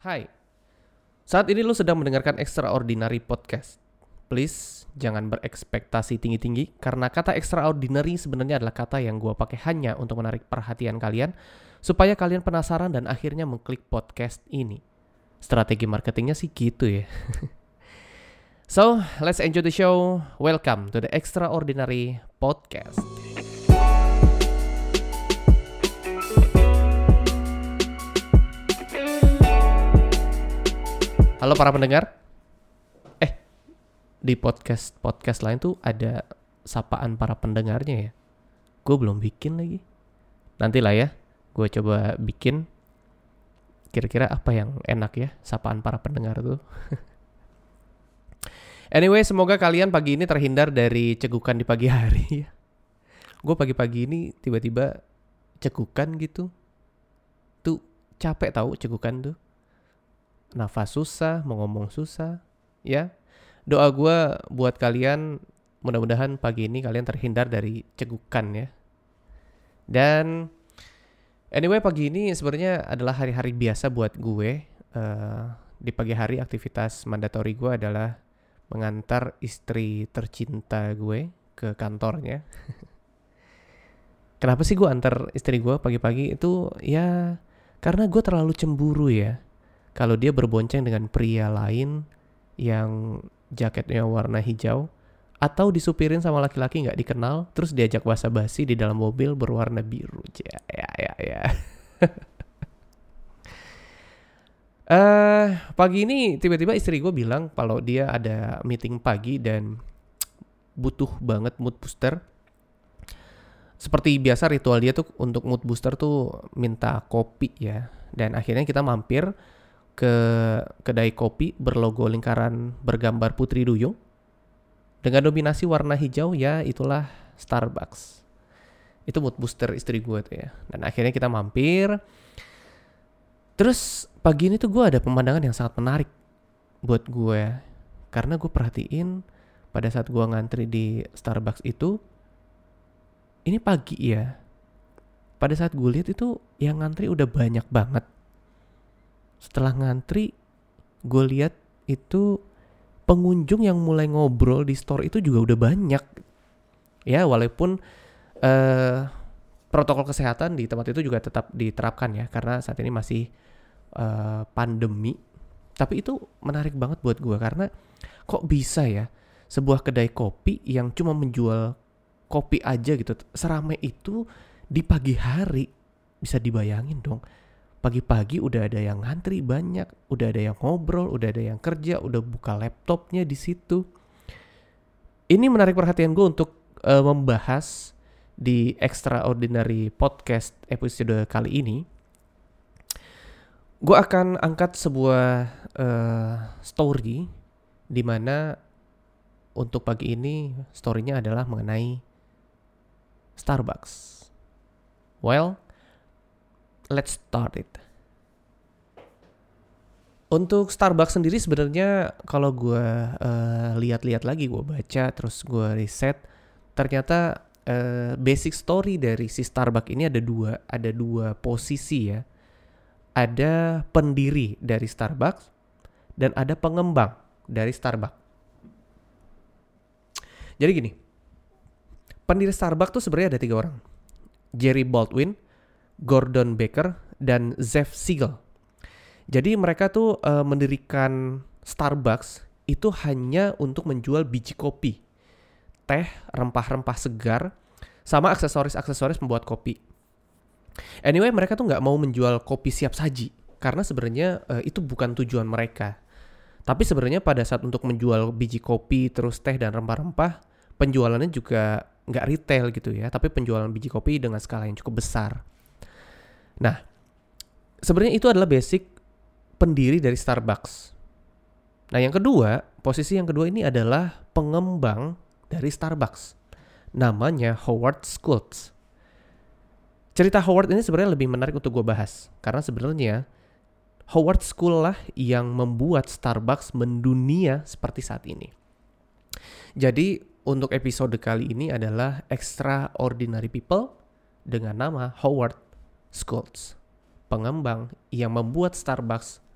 Hai, saat ini lu sedang mendengarkan Extraordinary Podcast. Please, jangan berekspektasi tinggi-tinggi, karena kata extraordinary sebenarnya adalah kata yang gue pakai hanya untuk menarik perhatian kalian, supaya kalian penasaran dan akhirnya mengklik podcast ini. Strategi marketingnya sih gitu ya. So, let's enjoy the show. Welcome to the Extraordinary Podcast. Halo para pendengar. Di podcast lain tuh ada sapaan para pendengarnya ya. Gue belum bikin lagi. Nantilah ya, gue coba bikin. Kira-kira apa yang enak ya sapaan para pendengar tuh. Anyway, semoga kalian pagi ini terhindar dari cegukan di pagi hari. Gue pagi-pagi ini tiba-tiba cegukan gitu. Tuh capek tahu cegukan tuh. Nafas susah, mau ngomong susah. Ya. Doa gue buat kalian, mudah-mudahan pagi ini kalian terhindar dari cegukan ya. Dan anyway, pagi ini sebenarnya adalah hari-hari biasa buat gue. Di pagi hari aktivitas mandatori gue adalah mengantar istri tercinta gue ke kantornya. Kenapa sih gue antar istri gue pagi-pagi itu? Ya karena gue terlalu cemburu ya. Kalau dia berbonceng dengan pria lain yang jaketnya warna hijau, atau disupirin sama laki-laki nggak dikenal, terus diajak basa-basi di dalam mobil berwarna biru. Ya. Pagi ini tiba-tiba istri gue bilang kalau dia ada meeting pagi dan butuh banget mood booster. Seperti biasa ritual dia tuh untuk mood booster tuh minta kopi ya. Dan akhirnya kita mampir ke kedai kopi berlogo lingkaran bergambar Putri Duyung dengan dominasi warna hijau, ya itulah Starbucks. Itu mood booster istri gue tuh ya. Dan akhirnya kita mampir. Terus pagi ini tuh gue ada pemandangan yang sangat menarik buat gue, karena gue perhatiin pada saat gue ngantri di Starbucks itu, ini pagi ya, pada saat gue lihat itu yang ngantri udah banyak banget. Setelah ngantri, gue lihat itu pengunjung yang mulai ngobrol di store itu juga udah banyak. Ya, walaupun protokol kesehatan di tempat itu juga tetap diterapkan ya, karena saat ini masih pandemi. Tapi itu menarik banget buat gue, karena kok bisa ya sebuah kedai kopi yang cuma menjual kopi aja gitu, seramai itu di pagi hari. Bisa dibayangin dong. Pagi-pagi udah ada yang ngantri banyak, udah ada yang ngobrol, udah ada yang kerja, udah buka laptopnya di situ. Ini menarik perhatian gue untuk membahas di Extraordinary Podcast episode kali ini. Gue akan angkat sebuah story di mana untuk pagi ini story-nya adalah mengenai Starbucks. Well, let's start it. Untuk Starbucks sendiri sebenarnya kalau gue lihat-lihat lagi, gue baca terus gue riset, ternyata basic story dari si Starbucks ini ada dua posisi ya. Ada pendiri dari Starbucks dan ada pengembang dari Starbucks. Jadi gini, pendiri Starbucks tuh sebenarnya ada 3 orang. Jerry Baldwin, Gordon Becker, dan Zev Siegel. Jadi mereka tuh mendirikan Starbucks itu hanya untuk menjual biji kopi, teh, rempah-rempah segar, sama aksesoris-aksesoris membuat kopi. Anyway, mereka tuh nggak mau menjual kopi siap saji, karena sebenarnya itu bukan tujuan mereka. Tapi sebenarnya pada saat untuk menjual biji kopi, terus teh dan rempah-rempah, penjualannya juga nggak retail gitu ya, tapi penjualan biji kopi dengan skala yang cukup besar. Nah, sebenarnya itu adalah basic pendiri dari Starbucks. Nah, posisi yang kedua ini adalah pengembang dari Starbucks. Namanya Howard Schultz. Cerita Howard ini sebenarnya lebih menarik untuk gue bahas, karena sebenarnya Howard Schultz lah yang membuat Starbucks mendunia seperti saat ini. Jadi, untuk episode kali ini adalah Extraordinary People dengan nama Howard Schultz, pengembang yang membuat Starbucks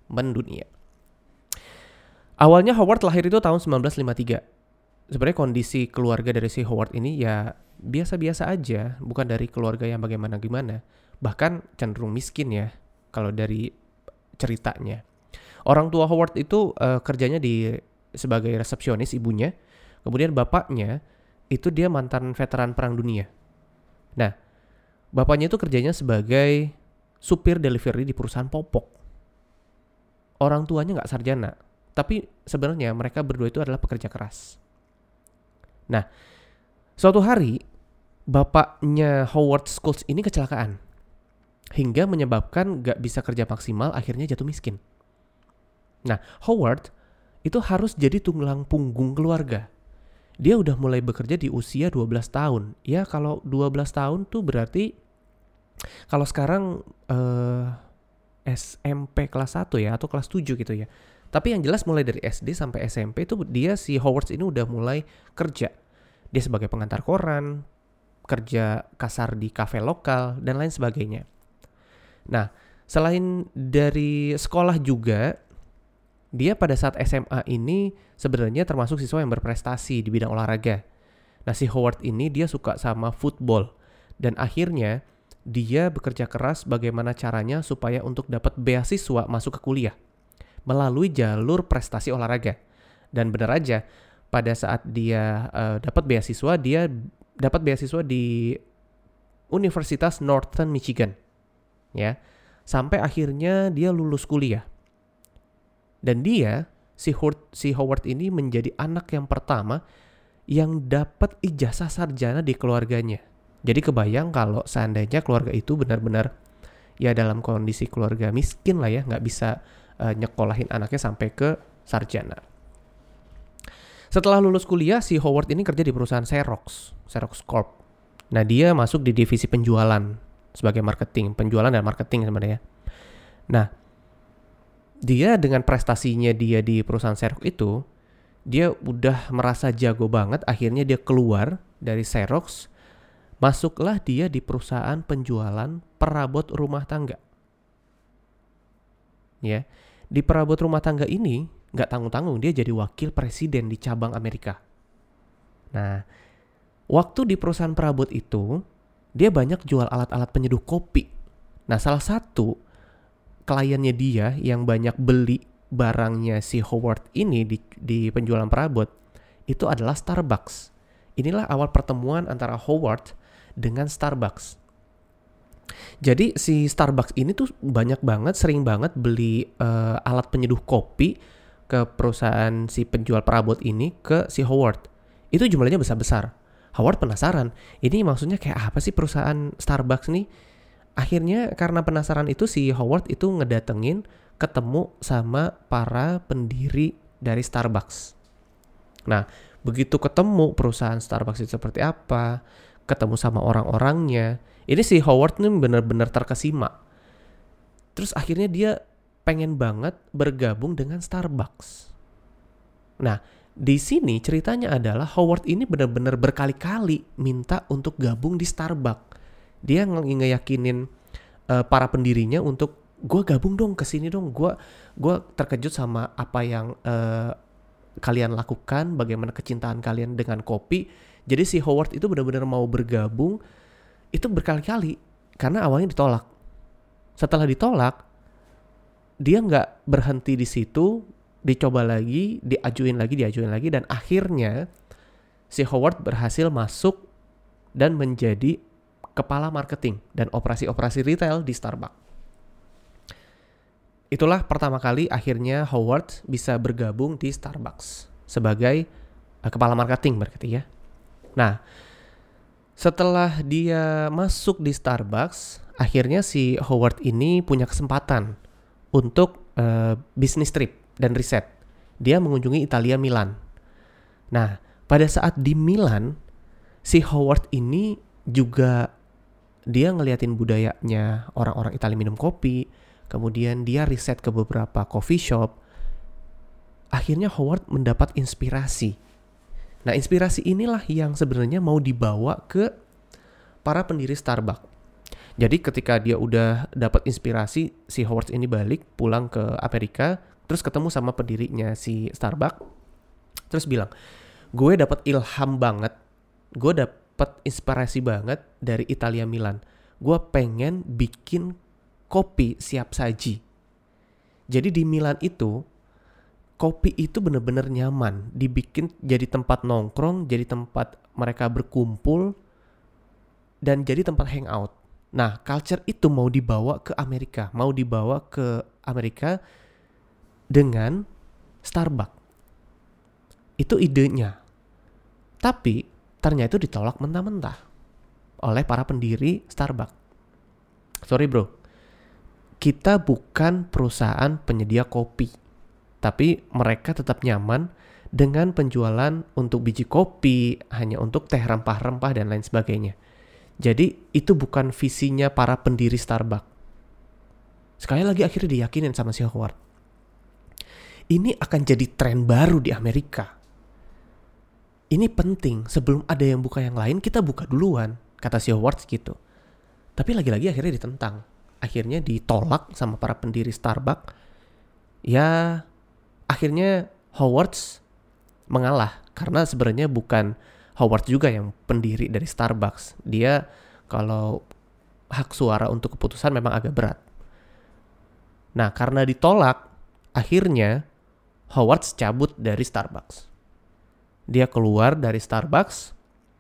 mendunia. Awalnya Howard lahir itu tahun 1953. Sebenarnya kondisi keluarga dari si Howard ini ya biasa-biasa aja, bukan dari keluarga yang bagaimana-gimana. Bahkan cenderung miskin ya, kalau dari ceritanya. Orang tua Howard itu kerjanya sebagai resepsionis ibunya. Kemudian bapaknya itu dia mantan veteran perang dunia. Nah, bapaknya itu kerjanya sebagai supir delivery di perusahaan popok. Orang tuanya nggak sarjana, tapi sebenarnya mereka berdua itu adalah pekerja keras. Nah, suatu hari bapaknya Howard Schultz ini kecelakaan hingga menyebabkan nggak bisa kerja maksimal, akhirnya jatuh miskin. Nah, Howard itu harus jadi tulang punggung keluarga. Dia udah mulai bekerja di usia 12 tahun. Ya kalau 12 tahun tuh berarti kalau sekarang SMP kelas 1 ya atau kelas 7 gitu ya. Tapi yang jelas mulai dari SD sampai SMP itu si Howard ini udah mulai kerja. Dia sebagai pengantar koran, kerja kasar di kafe lokal, dan lain sebagainya. Nah, selain dari sekolah juga, dia pada saat SMA ini sebenarnya termasuk siswa yang berprestasi di bidang olahraga. Nah, si Howard ini dia suka sama football. Dan akhirnya dia bekerja keras bagaimana caranya supaya untuk dapat beasiswa masuk ke kuliah melalui jalur prestasi olahraga. Dan benar aja, pada saat dia dapat beasiswa di Universitas Northern Michigan. Ya, sampai akhirnya dia lulus kuliah. Dan dia, si Howard ini menjadi anak yang pertama yang dapat ijazah sarjana di keluarganya. Jadi kebayang kalau seandainya keluarga itu benar-benar ya dalam kondisi keluarga miskin lah ya, nggak bisa nyekolahin anaknya sampai ke sarjana. Setelah lulus kuliah, si Howard ini kerja di perusahaan Xerox Corp. Nah, dia masuk di divisi penjualan sebagai penjualan dan marketing sebenarnya. Nah, dia dengan prestasinya dia di perusahaan Xerox itu, dia udah merasa jago banget, akhirnya dia keluar dari Xerox, masuklah dia di perusahaan penjualan perabot rumah tangga. Ya, di perabot rumah tangga ini nggak tanggung-tanggung dia jadi wakil presiden di cabang Amerika. Nah, waktu di perusahaan perabot itu dia banyak jual alat-alat penyeduh kopi. Nah, salah satu kliennya dia yang banyak beli barangnya si Howard ini di penjualan perabot itu adalah Starbucks. Inilah awal pertemuan antara Howard dengan Starbucks. Jadi si Starbucks ini tuh sering banget beli alat penyeduh kopi ke perusahaan si penjual perabot ini ke si Howard. Itu jumlahnya besar-besar. Howard penasaran, ini maksudnya kayak apa sih perusahaan Starbucks nih? Akhirnya karena penasaran itu si Howard itu ngedatengin ketemu sama para pendiri dari Starbucks. Nah, begitu ketemu perusahaan Starbucks itu seperti apa, ketemu sama orang-orangnya, ini si Howard nih benar-benar terkesima. Terus akhirnya dia pengen banget bergabung dengan Starbucks. Nah, di sini ceritanya adalah Howard ini benar-benar berkali-kali minta untuk gabung di Starbucks. Dia ngeyakinin para pendirinya untuk gue gabung dong ke sini dong. Gue terkejut sama apa yang kalian lakukan, bagaimana kecintaan kalian dengan kopi. Jadi si Howard itu benar-benar mau bergabung itu berkali-kali karena awalnya ditolak. Setelah ditolak, dia nggak berhenti di situ, dicoba lagi, diajuin lagi, dan akhirnya si Howard berhasil masuk dan menjadi kepala marketing dan operasi-operasi retail di Starbucks. Itulah pertama kali akhirnya Howard bisa bergabung di Starbucks sebagai kepala marketing berarti ya. Nah, setelah dia masuk di Starbucks, akhirnya si Howard ini punya kesempatan untuk bisnis trip dan riset. Dia mengunjungi Italia, Milan. Nah, pada saat di Milan, si Howard ini juga dia ngeliatin budayanya orang-orang Italia minum kopi, kemudian dia riset ke beberapa coffee shop. Akhirnya Howard mendapat inspirasi. Nah, inspirasi inilah yang sebenarnya mau dibawa ke para pendiri Starbucks. Jadi ketika dia udah dapat inspirasi, si Howard ini balik pulang ke Amerika, terus ketemu sama pendirinya si Starbucks, terus bilang, gue dapat ilham banget, gue dapat inspirasi banget dari Italia Milan. Gue pengen bikin kopi siap saji. Jadi di Milan itu, kopi itu bener-bener nyaman, dibikin jadi tempat nongkrong, jadi tempat mereka berkumpul, dan jadi tempat hangout. Nah, culture itu mau dibawa ke Amerika, dengan Starbucks. Itu idenya. Tapi ternyata itu ditolak mentah-mentah oleh para pendiri Starbucks. Sorry bro, kita bukan perusahaan penyedia kopi, tapi mereka tetap nyaman dengan penjualan untuk biji kopi, hanya untuk teh rempah-rempah dan lain sebagainya. Jadi itu bukan visinya para pendiri Starbucks. Sekali lagi akhirnya diyakinin sama si Howard. Ini akan jadi tren baru di Amerika. Ini penting, sebelum ada yang buka yang lain, kita buka duluan, kata si Howard gitu. Tapi lagi-lagi akhirnya ditentang. Akhirnya ditolak sama para pendiri Starbucks. Ya, akhirnya Howard mengalah. Karena sebenarnya bukan Howard juga yang pendiri dari Starbucks. Dia kalau hak suara untuk keputusan memang agak berat. Nah, karena ditolak, akhirnya Howard cabut dari Starbucks. Dia keluar dari Starbucks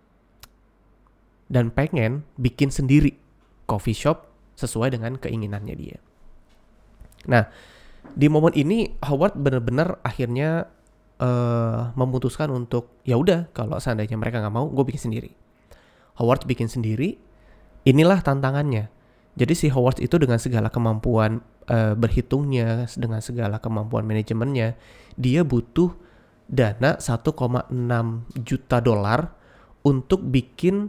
dan pengen bikin sendiri coffee shop sesuai dengan keinginannya dia. Nah, di momen ini Howard benar-benar akhirnya memutuskan untuk ya udah, kalau seandainya mereka nggak mau, gue bikin sendiri. Howard bikin sendiri. Inilah tantangannya. Jadi si Howard itu dengan segala kemampuan berhitungnya, dengan segala kemampuan manajemennya, dia butuh dana 1,6 juta dolar untuk bikin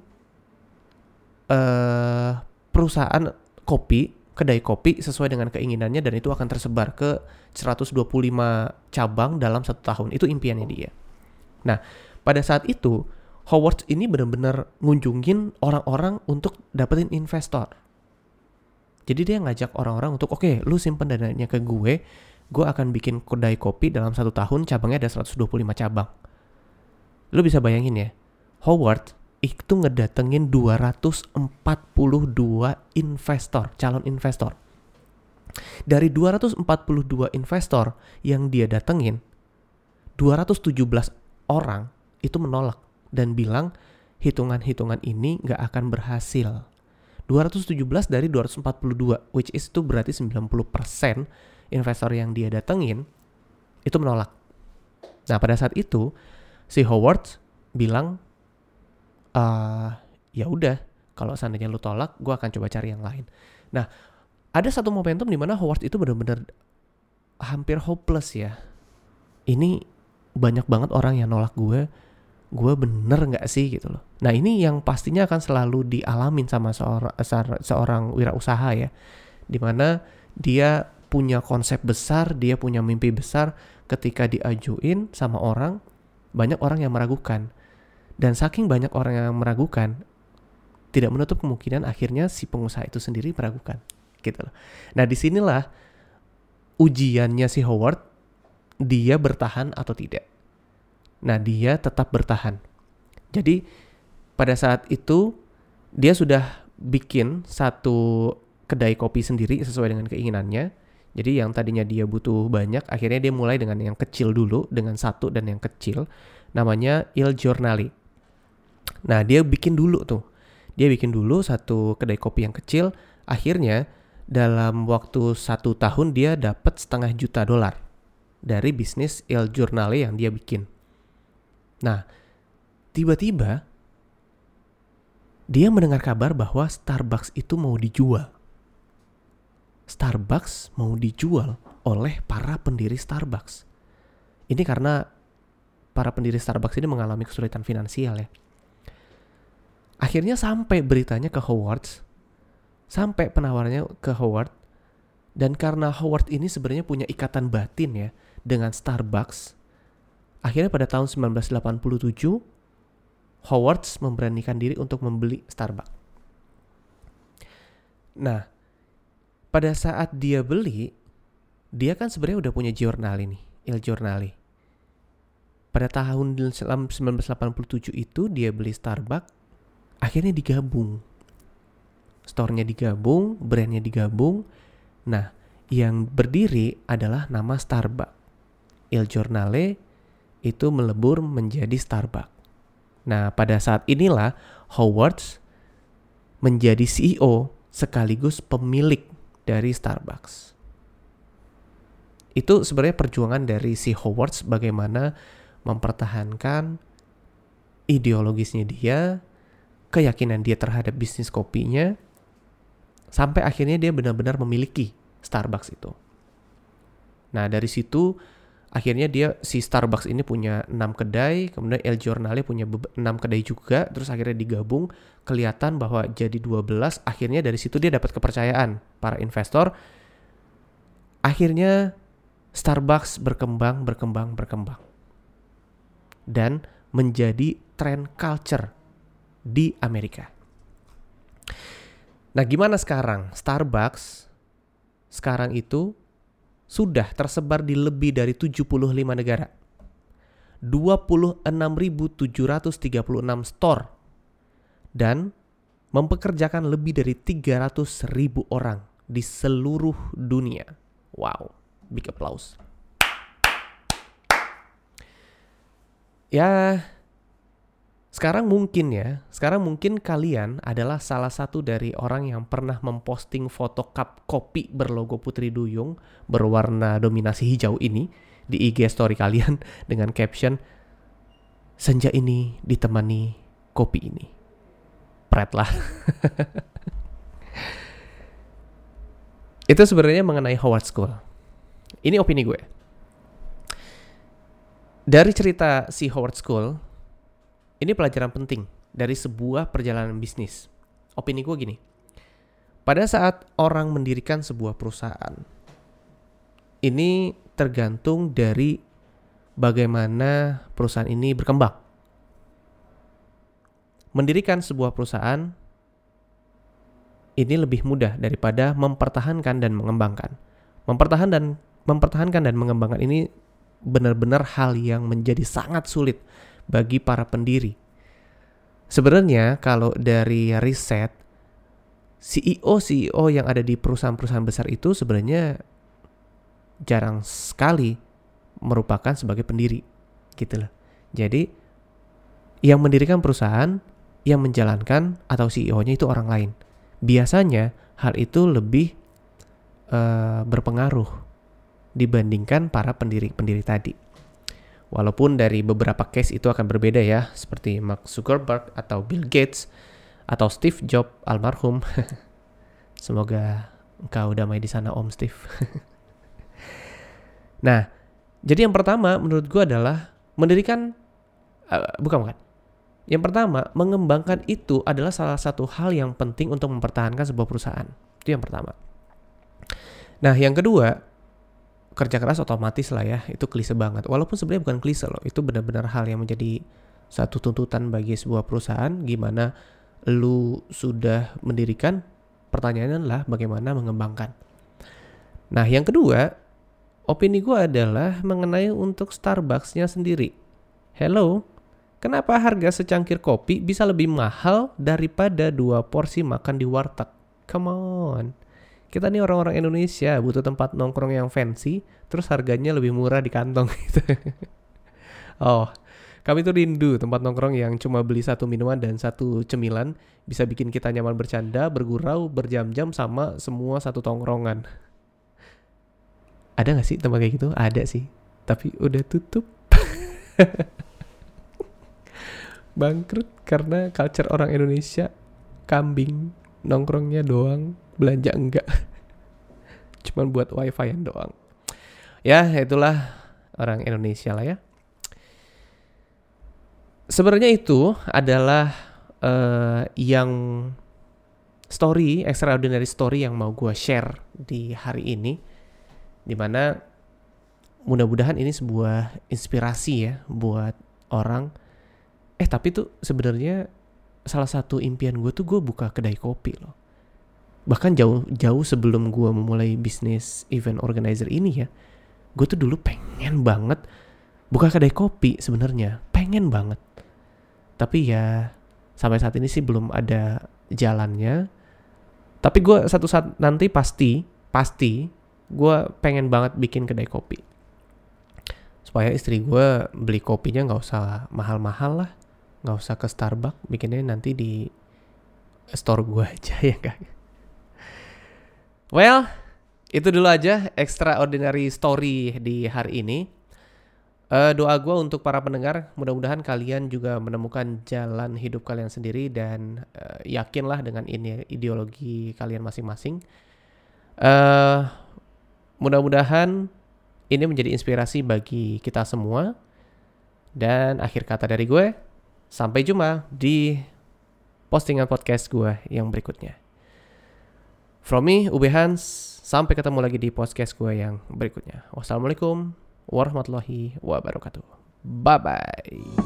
perusahaan kopi, kedai kopi sesuai dengan keinginannya, dan itu akan tersebar ke 125 cabang dalam 1 tahun. Itu impiannya dia. Nah, pada saat itu Howard ini benar-benar ngunjungin orang-orang untuk dapetin investor. Jadi dia ngajak orang-orang untuk, oke, lu simpen dananya ke gue akan bikin kedai kopi dalam 1 tahun, cabangnya ada 125 cabang. Lu bisa bayangin ya, Howard itu ngedatengin 242 investor, calon investor. Dari 242 investor yang dia datengin, 217 orang itu menolak dan bilang hitungan-hitungan ini gak akan berhasil. 217 dari 242, which is itu berarti 90% investor yang dia datengin itu menolak. Nah, pada saat itu si Howard bilang, ya udah, kalau seandainya lu tolak, gue akan coba cari yang lain. Nah, ada satu momentum di mana Howard itu benar-benar hampir hopeless ya. Ini banyak banget orang yang nolak gue bener nggak sih gitu loh. Nah, ini yang pastinya akan selalu dialamin sama seorang wirausaha ya, di mana dia punya konsep besar, dia punya mimpi besar, ketika diajuin sama orang, banyak orang yang meragukan. Dan saking banyak orang yang meragukan, tidak menutup kemungkinan akhirnya si pengusaha itu sendiri meragukan, gitu loh. Nah, disinilah ujiannya si Howard, dia bertahan atau tidak. Nah, dia tetap bertahan. Jadi pada saat itu dia sudah bikin satu kedai kopi sendiri sesuai dengan keinginannya. Jadi yang tadinya dia butuh banyak, akhirnya dia mulai dengan yang kecil dulu, dengan satu dan yang kecil, namanya Il Giornale. Nah, dia bikin dulu satu kedai kopi yang kecil. Akhirnya dalam waktu 1 tahun dia dapat $500,000 dari bisnis Il Giornale yang dia bikin. Nah, tiba-tiba dia mendengar kabar bahwa Starbucks itu mau dijual. Starbucks mau dijual oleh para pendiri Starbucks. Ini karena para pendiri Starbucks ini mengalami kesulitan finansial ya. Akhirnya sampai beritanya ke Howard, sampai penawarannya ke Howard, dan karena Howard ini sebenarnya punya ikatan batin ya dengan Starbucks, akhirnya pada tahun 1987 Howard memberanikan diri untuk membeli Starbucks. Nah, pada saat dia beli, dia kan sebenarnya udah punya Giornale nih, Il Giornale. Pada tahun 1987 itu dia beli Starbucks, akhirnya digabung. Store-nya digabung, brand-nya digabung. Nah, yang berdiri adalah nama Starbucks. Il Giornale itu melebur menjadi Starbucks. Nah, pada saat inilah Howard menjadi CEO sekaligus pemilik dari Starbucks. Itu sebenarnya perjuangan dari si Howard bagaimana mempertahankan ideologisnya dia, keyakinan dia terhadap bisnis kopinya, sampai akhirnya dia benar-benar memiliki Starbucks itu. Nah, dari situ akhirnya si Starbucks ini punya 6 kedai, kemudian Il Giornale punya 6 kedai juga, terus akhirnya digabung, kelihatan bahwa jadi 12, akhirnya dari situ dia dapat kepercayaan para investor. Akhirnya Starbucks berkembang dan menjadi trend culture di Amerika. Nah, gimana sekarang? Starbucks sekarang itu sudah tersebar di lebih dari 75 negara. 26.736 store dan mempekerjakan lebih dari 300.000 orang di seluruh dunia. Wow, big applause. Ya, sekarang mungkin kalian adalah salah satu dari orang yang pernah memposting foto cup kopi berlogo Putri Duyung berwarna dominasi hijau ini di IG story kalian dengan caption, "Senja ini ditemani kopi ini." Pret lah. Itu sebenarnya mengenai Howard School. Ini opini gue. Dari cerita si Howard School, ini pelajaran penting dari sebuah perjalanan bisnis. Opini gue gini. Pada saat orang mendirikan sebuah perusahaan, ini tergantung dari bagaimana perusahaan ini berkembang. Mendirikan sebuah perusahaan ini lebih mudah daripada mempertahankan dan mengembangkan. Mempertahankan dan mengembangkan ini benar-benar hal yang menjadi sangat sulit bagi para pendiri. Sebenarnya kalau dari riset, CEO yang ada di perusahaan-perusahaan besar itu sebenarnya jarang sekali merupakan sebagai pendiri, gitu loh. Jadi yang mendirikan perusahaan, yang menjalankan atau CEO-nya itu orang lain. Biasanya hal itu lebih berpengaruh dibandingkan para pendiri-pendiri tadi. Walaupun dari beberapa case itu akan berbeda ya, seperti Mark Zuckerberg atau Bill Gates atau Steve Jobs almarhum. Semoga engkau damai di sana Om Steve. Nah, jadi yang pertama menurut gue adalah mendirikan bukan. Yang pertama, mengembangkan itu adalah salah satu hal yang penting untuk mempertahankan sebuah perusahaan. Itu yang pertama. Nah, yang kedua, kerja keras otomatis lah ya, itu klise banget. Walaupun sebenarnya bukan klise loh, itu benar-benar hal yang menjadi satu tuntutan bagi sebuah perusahaan. Gimana lu sudah mendirikan, pertanyaannya adalah bagaimana mengembangkan. Nah, yang kedua, opini gue adalah mengenai untuk Starbucks-nya sendiri. Hello, kenapa harga secangkir kopi bisa lebih mahal daripada 2 porsi makan di warteg? Come on. Kita nih orang-orang Indonesia butuh tempat nongkrong yang fancy, terus harganya lebih murah di kantong gitu. Oh, kami tuh rindu tempat nongkrong yang cuma beli 1 minuman dan 1 cemilan, bisa bikin kita nyaman bercanda, bergurau, berjam-jam sama semua satu tongkrongan. Ada gak sih tempat kayak gitu? Ada sih, tapi udah tutup. Bangkrut karena culture orang Indonesia kambing, nongkrongnya doang, belanja enggak. Cuman buat wifi-an doang. Ya, itulah orang Indonesia lah ya. Sebenarnya itu adalah yang extraordinary story yang mau gue share di hari ini. Dimana mudah-mudahan ini sebuah inspirasi ya buat orang. Tapi tuh sebenarnya salah satu impian gue tuh gue buka kedai kopi loh. Bahkan jauh sebelum gue memulai bisnis event organizer ini ya, gue tuh dulu pengen banget buka kedai kopi sebenarnya, pengen banget. Tapi ya sampai saat ini sih belum ada jalannya. Tapi gue satu saat nanti pasti gue pengen banget bikin kedai kopi. Supaya istri gue beli kopinya nggak usah mahal-mahal lah, nggak usah ke Starbucks, bikinnya nanti di store gue aja ya kan. Well, itu dulu aja extraordinary story di hari ini. Doa gue untuk para pendengar, mudah-mudahan kalian juga menemukan jalan hidup kalian sendiri dan yakinlah dengan ini ideologi kalian masing-masing. Mudah-mudahan ini menjadi inspirasi bagi kita semua. Dan akhir kata dari gue, sampai jumpa di postingan podcast gue yang berikutnya. From me, Ube Hans, sampai ketemu lagi di podcast gue yang berikutnya. Wassalamualaikum warahmatullahi wabarakatuh. Bye-bye.